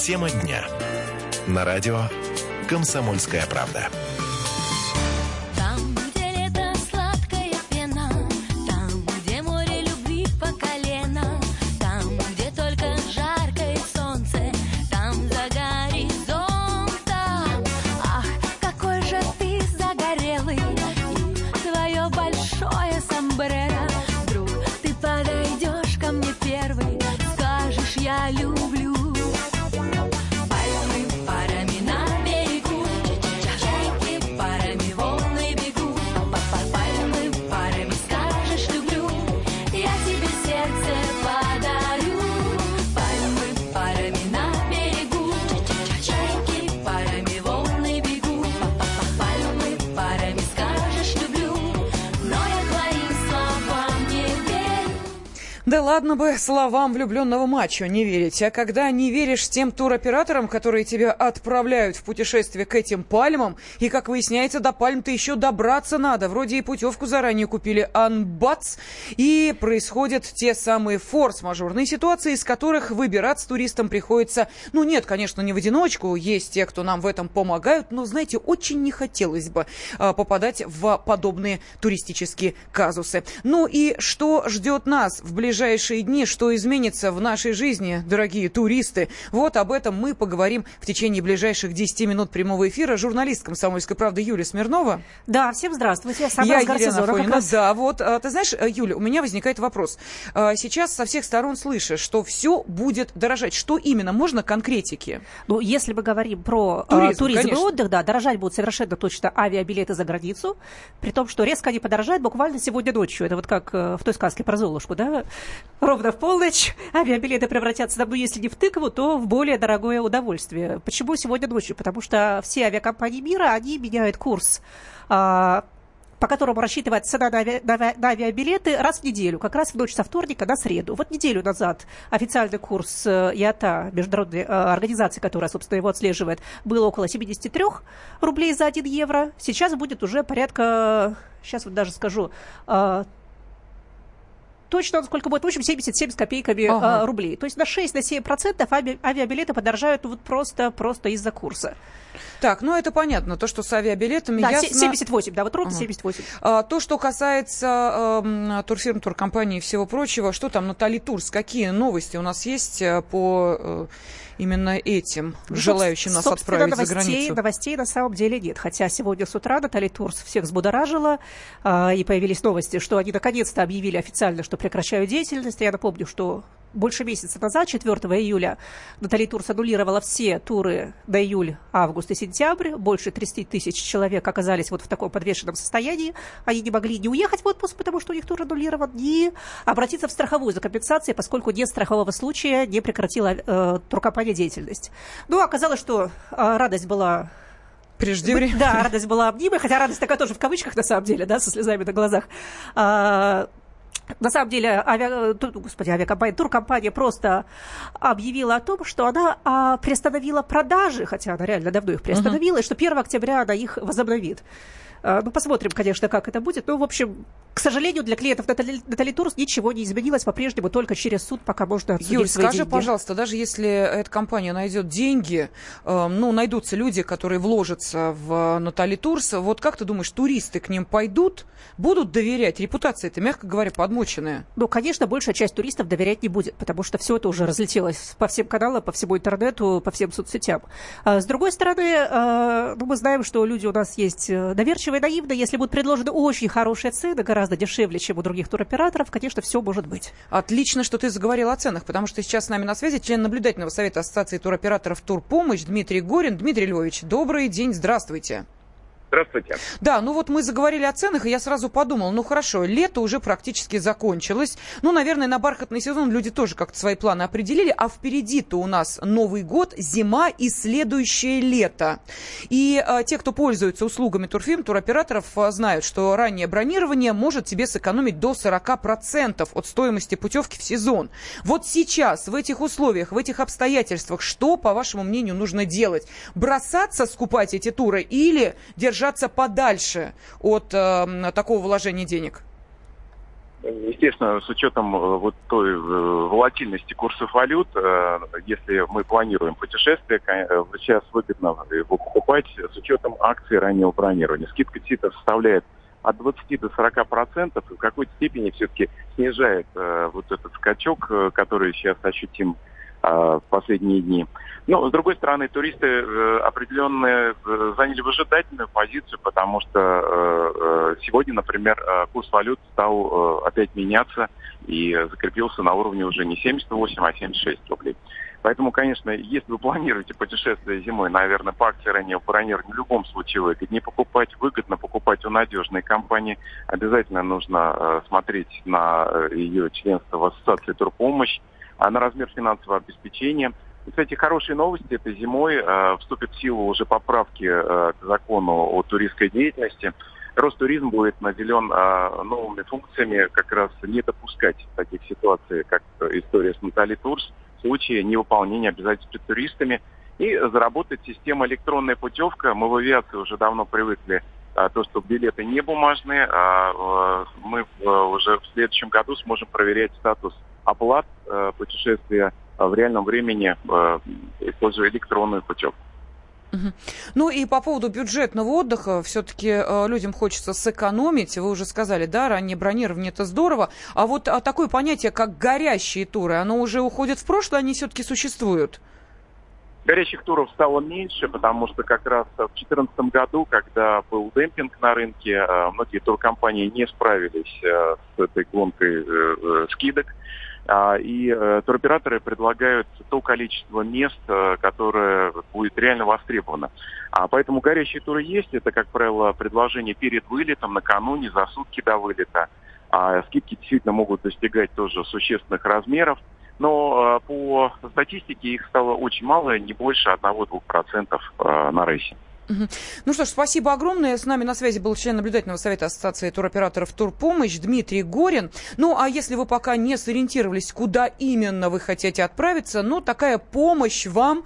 Тема дня. На радио «Комсомольская правда». Да ладно бы словам влюбленного мачо не верить, а когда не веришь тем туроператорам, которые тебя отправляют в путешествие к этим пальмам, и, как выясняется, до пальм-то еще добраться надо, вроде и путевку заранее купили, анбац, и происходят те самые форс-мажорные ситуации, из которых выбираться туристам приходится, ну нет, конечно, не в одиночку, есть те, кто нам в этом помогают, но, знаете, очень не хотелось бы попадать в подобные туристические казусы. Ну и что ждет нас в ближайшие дни, что изменится в нашей жизни, дорогие туристы. Вот об этом мы поговорим в течение ближайших 10 минут прямого эфира. Журналист «Комсомольской правды» Юлия Смирнова. Да, всем здравствуйте. Я Елена Афонина. Да, вот, ты знаешь, Юля, у меня возникает вопрос. Сейчас со всех сторон слышишь, что все будет дорожать. Что именно? Можно конкретики? Ну, если мы говорим про туризм и отдых, да, дорожать будут совершенно точно авиабилеты за границу, при том, что резко они подорожают буквально сегодня ночью. Это вот как в той сказке про Золушку, да? Ровно в полночь авиабилеты превратятся, ну, если не в тыкву, то в более дорогое удовольствие. Почему сегодня ночью? Потому что все авиакомпании мира, они меняют курс, по которому рассчитывается цена на авиабилеты раз в неделю, как раз в ночь со вторника на среду. Вот неделю назад официальный курс ИАТА, международной организации, которая, собственно, его отслеживает, был около 73 рублей за 1 евро. Сейчас будет уже порядка, сейчас вот даже скажу, точно сколько будет, в общем, 77 с копейками рублей. То есть на 6-7% авиабилеты подорожают вот просто из-за курса. Так, ну это понятно, то, что с авиабилетами, да, ясно. 78, да, вот ровно 78. То, что касается турфирм, туркомпаний и всего прочего, что там, Натали Турс, какие новости у нас есть по именно этим, желающим нас отправить за границу? Новостей на самом деле нет, хотя сегодня с утра Натали Турс всех взбудоражила, и появились новости, что они наконец-то объявили официально, что прекращают деятельность. Я напомню, что больше месяца назад, 4 июля, Натали Турс аннулировала все туры на июль, август и сентябрь. Больше 30 тысяч человек оказались вот в таком подвешенном состоянии. Они не могли ни уехать в отпуск, потому что у них тур аннулирован, ни обратиться в страховую за компенсацией, поскольку нет страхового случая, не прекратила туркомпания деятельность. Ну, оказалось, что радость была... преждевременной. Да, радость была обнимой, хотя радость такая тоже в кавычках, на самом деле, да, со слезами на глазах. На самом деле, авиакомпания, туркомпания просто объявила о том, что она приостановила продажи, хотя она реально давно их приостановила, и что 1 октября она их возобновит. Ну, посмотрим, конечно, как это будет. Ну, в общем, к сожалению, для клиентов Натали Турс ничего не изменилось. По-прежнему только через суд пока можно отсудить Юль, свои скажи, деньги. Пожалуйста, даже если эта компания найдет деньги, ну, найдутся люди, которые вложатся в Натали Турс, вот как ты думаешь, туристы к ним пойдут, будут доверять? Репутация-то, мягко говоря, подмоченная. Ну, конечно, большая часть туристов доверять не будет, потому что все это уже разлетелось по всем каналам, по всему интернету, по всем соцсетям. С другой стороны, мы знаем, что люди у нас есть доверчивые, наивные. Если будут предложены очень хорошие цены, гораздо дешевле, чем у других туроператоров, конечно, все может быть. Отлично, что ты заговорил о ценах, потому что сейчас с нами на связи член наблюдательного совета Ассоциации туроператоров «Турпомощь» Дмитрий Горин. Дмитрий Львович, добрый день, здравствуйте. Здравствуйте. Да, ну вот мы заговорили о ценах, и я сразу подумала, ну хорошо, лето уже практически закончилось. Ну, наверное, на бархатный сезон люди тоже как-то свои планы определили, а впереди-то у нас Новый год, зима и следующее лето. И те, кто пользуется услугами турфирм, туроператоров, знают, что раннее бронирование может тебе сэкономить до 40% от стоимости путевки в сезон. Вот сейчас, в этих условиях, в этих обстоятельствах, что, по вашему мнению, нужно делать? Бросаться скупать эти туры или держаться подальше от такого вложения денег? Естественно, с учетом вот той волатильности курсов валют, если мы планируем путешествие, сейчас выгодно его покупать с учетом акций раннего бронирования. Скидка ТИТа составляет от 20 до 40%, и в какой-то степени все-таки снижает вот этот скачок, который сейчас ощутим в последние дни. Но, с другой стороны, туристы определенно заняли выжидательную позицию, потому что сегодня, например, курс валют стал опять меняться и закрепился на уровне уже не 78, а 76 рублей. Поэтому, конечно, если вы планируете путешествие зимой, наверное, по акции раннего бронирования в любом случае выгоднее покупать, выгодно покупать у надежной компании. Обязательно нужно смотреть на ее членство в ассоциации «Турпомощь», на размер финансового обеспечения. И, кстати, хорошие новости. Это зимой вступят в силу уже поправки к закону о туристской деятельности. Ростуризм будет наделен новыми функциями, как раз не допускать таких ситуаций, как история с Натали Турс, в случае невыполнения обязательств перед туристами. И заработать система электронная путевка. Мы в авиации уже давно привыкли то, что билеты не бумажные. Мы уже в следующем году сможем проверять статус оплат путешествия в реальном времени, используя электронную путевку. Ну и по поводу бюджетного отдыха, все-таки людям хочется сэкономить. Вы уже сказали, да, раннее бронирование – это здорово. А вот такое понятие, как горящие туры, оно уже уходит в прошлое, они все-таки существуют? Горячих туров стало меньше, потому что как раз в 2014 году, когда был демпинг на рынке, многие туркомпании не справились с этой гонкой скидок. И туроператоры предлагают то количество мест, которое будет реально востребовано. Поэтому горящие туры есть. Это, как правило, предложение перед вылетом, накануне, за сутки до вылета. Скидки действительно могут достигать тоже существенных размеров. Но по статистике их стало очень мало, не больше 1-2% на рейсе. Ну что ж, спасибо огромное. С нами на связи был член наблюдательного совета Ассоциации туроператоров «Турпомощь» Дмитрий Горин. Ну, а если вы пока не сориентировались, куда именно вы хотите отправиться, ну, такая помощь вам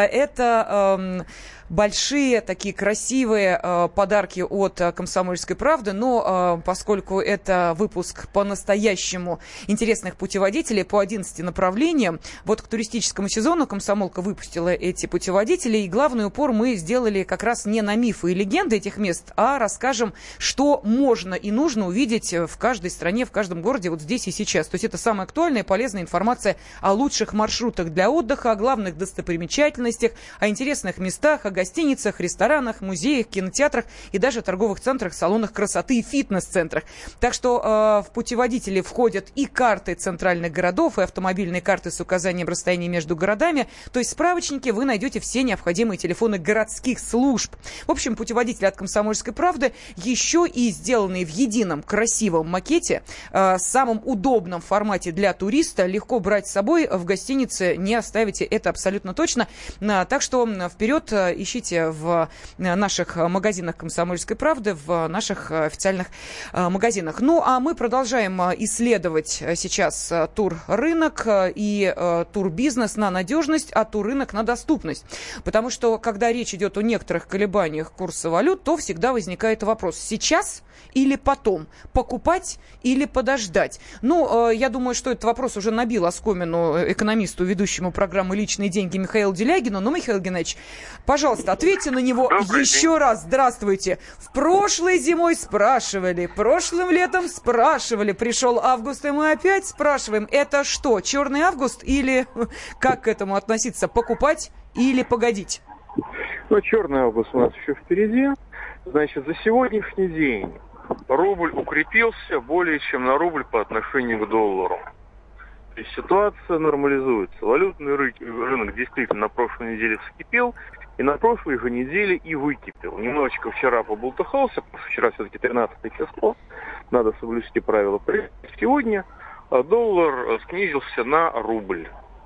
это... большие, такие красивые подарки от «Комсомольской правды», но поскольку это выпуск по-настоящему интересных путеводителей по 11 направлениям, вот к туристическому сезону «Комсомолка» выпустила эти путеводители, и главный упор мы сделали как раз не на мифы и легенды этих мест, а расскажем, что можно и нужно увидеть в каждой стране, в каждом городе вот здесь и сейчас. То есть это самая актуальная и полезная информация о лучших маршрутах для отдыха, о главных достопримечательностях, о интересных местах, о гостиницах, ресторанах, музеях, кинотеатрах и даже торговых центрах, салонах красоты и фитнес-центрах. Так что в путеводители входят и карты центральных городов, и автомобильные карты с указанием расстояния между городами. То есть в справочнике вы найдете все необходимые телефоны городских служб. В общем, путеводители от «Комсомольской правды» еще и сделанные в едином красивом макете, в самом удобном формате для туриста, легко брать с собой в гостинице, не оставите, это абсолютно точно. Так что вперед, ищите в наших магазинах «Комсомольской правды», в наших официальных магазинах. Ну, а мы продолжаем исследовать сейчас туррынок и турбизнес на надежность, а туррынок на доступность. Потому что, когда речь идет о некоторых колебаниях курса валют, то всегда возникает вопрос: сейчас или потом? Покупать или подождать? Ну, я думаю, что этот вопрос уже набил оскомину экономисту, ведущему программы «Личные деньги» Михаилу Делягину. Но, Михаил Геннадьевич, пожалуйста, ответьте на него еще раз. Здравствуйте. В прошлой зимой спрашивали, прошлым летом спрашивали, пришел август, и мы опять спрашиваем. Это что, черный август или как к этому относиться? Покупать или погодить? Ну, черный август у нас еще впереди. Значит, за сегодняшний день рубль укрепился более чем на рубль по отношению к доллару. То есть ситуация нормализуется. Валютный рынок действительно на прошлой неделе вскипел, и на прошлой же неделе и выкипел. Немножечко вчера побултыхался, вчера все-таки 13 число, надо соблюсти правила. Сегодня доллар снизился на рубль.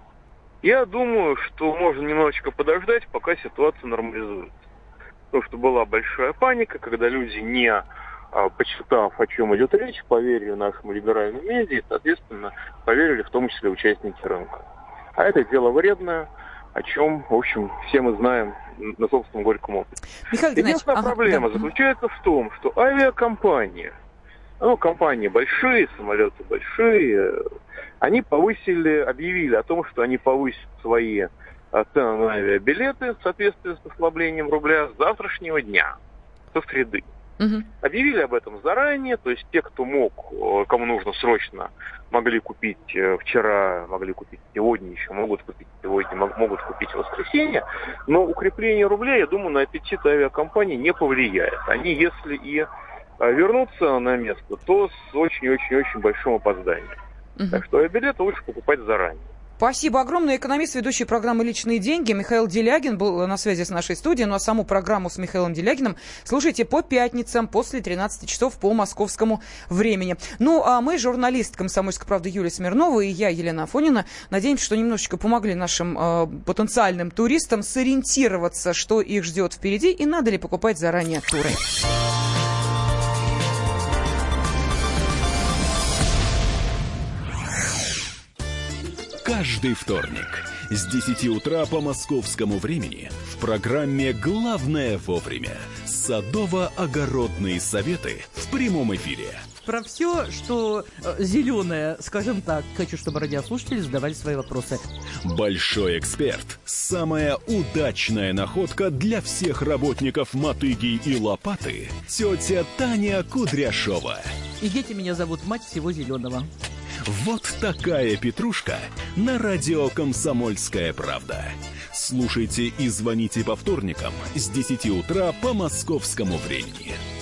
Я думаю, что можно немножечко подождать, пока ситуация нормализуется. Потому что была большая паника, когда люди, не почитав, о чем идет речь, поверили нашему либеральному медиа и, соответственно, поверили в том числе участники рынка. А это дело вредное, о чем, в общем, все мы знаем на собственном горьком опыте. Единственная проблема заключается в том, что авиакомпания компании большие, самолеты большие, они объявили о том, что они повысят свои цены на авиабилеты в соответствии с ослаблением рубля с завтрашнего дня, со среды. Объявили об этом заранее, то есть те, кто мог, кому нужно срочно, могли купить вчера, могли купить сегодня, еще могут купить сегодня, могут купить в воскресенье, но укрепление рубля, я думаю, на аппетит авиакомпаний не повлияет. Они, если и вернутся на место, то с очень-очень-очень большим опозданием. Так что авиабилеты лучше покупать заранее. Спасибо огромное. Экономист, ведущий программы «Личные деньги» Михаил Делягин был на связи с нашей студией. Ну а саму программу с Михаилом Делягиным слушайте по пятницам после 13 часов по московскому времени. Ну а мы, журналист «Комсомольской правды» Юлия Смирнова и я, Елена Афонина, надеемся, что немножечко помогли нашим потенциальным туристам сориентироваться, что их ждет впереди и надо ли покупать заранее туры. Каждый вторник с 10 утра по московскому времени в программе «Главное вовремя» садово-огородные советы в прямом эфире. Про все, что зеленое, скажем так, хочу, чтобы радиослушатели задавали свои вопросы. Большой эксперт. Самая удачная находка для всех работников мотыги и лопаты. Тетя Таня Кудряшова. И дети меня зовут мать всего зеленого. Вот такая петрушка на радио «Комсомольская правда». Слушайте и звоните по вторникам с 10 утра по московскому времени.